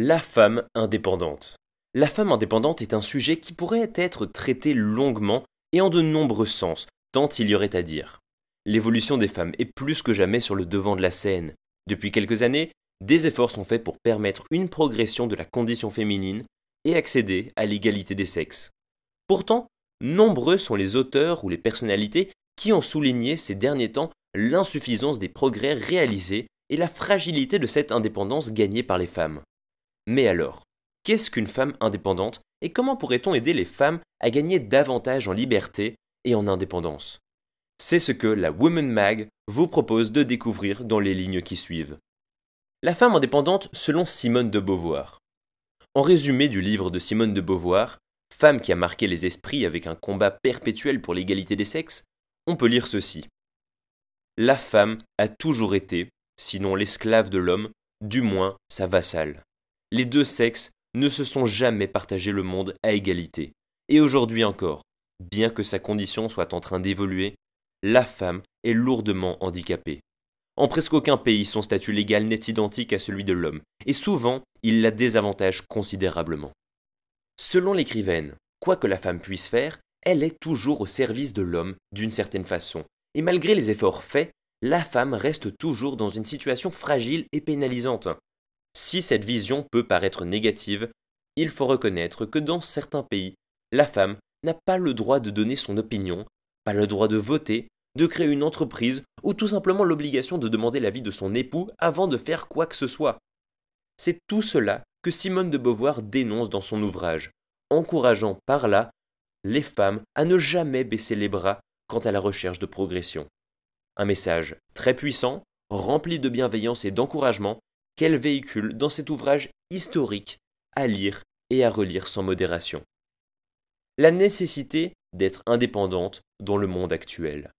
La femme indépendante. La femme indépendante est un sujet qui pourrait être traité longuement et en de nombreux sens, tant il y aurait à dire. L'évolution des femmes est plus que jamais sur le devant de la scène. Depuis quelques années, des efforts sont faits pour permettre une progression de la condition féminine et accéder à l'égalité des sexes. Pourtant, nombreux sont les auteurs ou les personnalités qui ont souligné ces derniers temps l'insuffisance des progrès réalisés et la fragilité de cette indépendance gagnée par les femmes. Mais alors, qu'est-ce qu'une femme indépendante et comment pourrait-on aider les femmes à gagner davantage en liberté et en indépendance? C'est ce que la Woman Mag vous propose de découvrir dans les lignes qui suivent. La femme indépendante selon Simone de Beauvoir. En résumé du livre de Simone de Beauvoir, femme qui a marqué les esprits avec un combat perpétuel pour l'égalité des sexes, on peut lire ceci. La femme a toujours été, sinon l'esclave de l'homme, du moins sa vassale. Les deux sexes ne se sont jamais partagé le monde à égalité. Et aujourd'hui encore, bien que sa condition soit en train d'évoluer, la femme est lourdement handicapée. En presque aucun pays, son statut légal n'est identique à celui de l'homme, et souvent, il la désavantage considérablement. Selon l'écrivaine, quoi que la femme puisse faire, elle est toujours au service de l'homme d'une certaine façon, et malgré les efforts faits, la femme reste toujours dans une situation fragile et pénalisante. Si cette vision peut paraître négative, il faut reconnaître que dans certains pays, la femme n'a pas le droit de donner son opinion, pas le droit de voter, de créer une entreprise ou tout simplement l'obligation de demander l'avis de son époux avant de faire quoi que ce soit. C'est tout cela que Simone de Beauvoir dénonce dans son ouvrage, encourageant par là les femmes à ne jamais baisser les bras quant à la recherche de progression. Un message très puissant, rempli de bienveillance et d'encouragement, qu'elle véhicule dans cet ouvrage historique à lire et à relire sans modération. La nécessité d'être indépendante dans le monde actuel.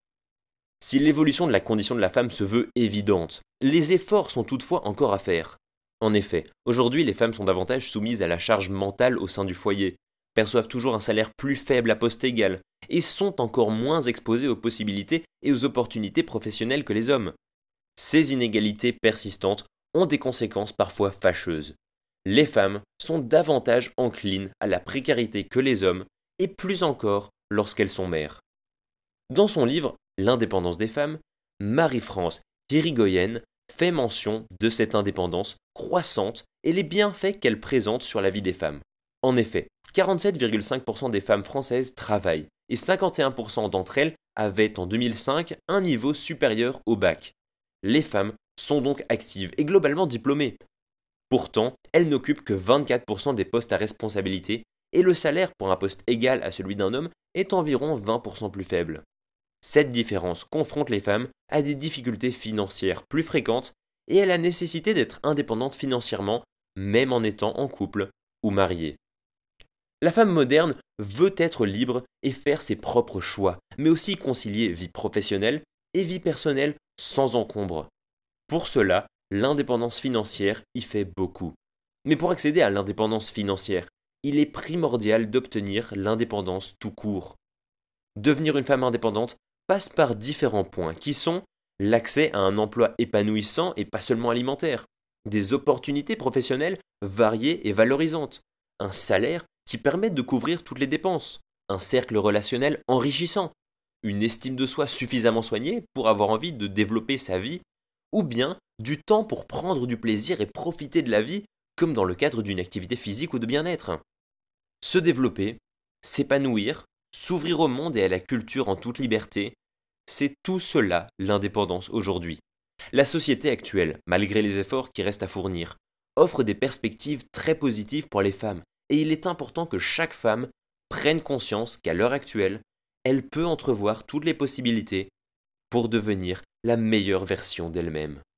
Si l'évolution de la condition de la femme se veut évidente, les efforts sont toutefois encore à faire. En effet, aujourd'hui les femmes sont davantage soumises à la charge mentale au sein du foyer, perçoivent toujours un salaire plus faible à poste égal, et sont encore moins exposées aux possibilités et aux opportunités professionnelles que les hommes. Ces inégalités persistantes ont des conséquences parfois fâcheuses. Les femmes sont davantage enclines à la précarité que les hommes, et plus encore lorsqu'elles sont mères. Dans son livre L'indépendance des femmes, Marie-France Hirigoyen fait mention de cette indépendance croissante et les bienfaits qu'elle présente sur la vie des femmes. En effet, 47,5% des femmes françaises travaillent et 51% d'entre elles avaient en 2005 un niveau supérieur au bac. Les femmes sont donc actives et globalement diplômées. Pourtant, elles n'occupent que 24% des postes à responsabilité et le salaire pour un poste égal à celui d'un homme est environ 20% plus faible. Cette différence confronte les femmes à des difficultés financières plus fréquentes et à la nécessité d'être indépendantes financièrement, même en étant en couple ou mariée. La femme moderne veut être libre et faire ses propres choix, mais aussi concilier vie professionnelle et vie personnelle sans encombre. Pour cela, l'indépendance financière y fait beaucoup. Mais pour accéder à l'indépendance financière, il est primordial d'obtenir l'indépendance tout court. Devenir une femme indépendante passe par différents points qui sont l'accès à un emploi épanouissant et pas seulement alimentaire, des opportunités professionnelles variées et valorisantes, un salaire qui permette de couvrir toutes les dépenses, un cercle relationnel enrichissant, une estime de soi suffisamment soignée pour avoir envie de développer sa vie, ou bien du temps pour prendre du plaisir et profiter de la vie comme dans le cadre d'une activité physique ou de bien-être. Se développer, s'épanouir, s'ouvrir au monde et à la culture en toute liberté, c'est tout cela l'indépendance aujourd'hui. La société actuelle, malgré les efforts qui restent à fournir, offre des perspectives très positives pour les femmes et il est important que chaque femme prenne conscience qu'à l'heure actuelle, elle peut entrevoir toutes les possibilités pour devenir la meilleure version d'elle-même.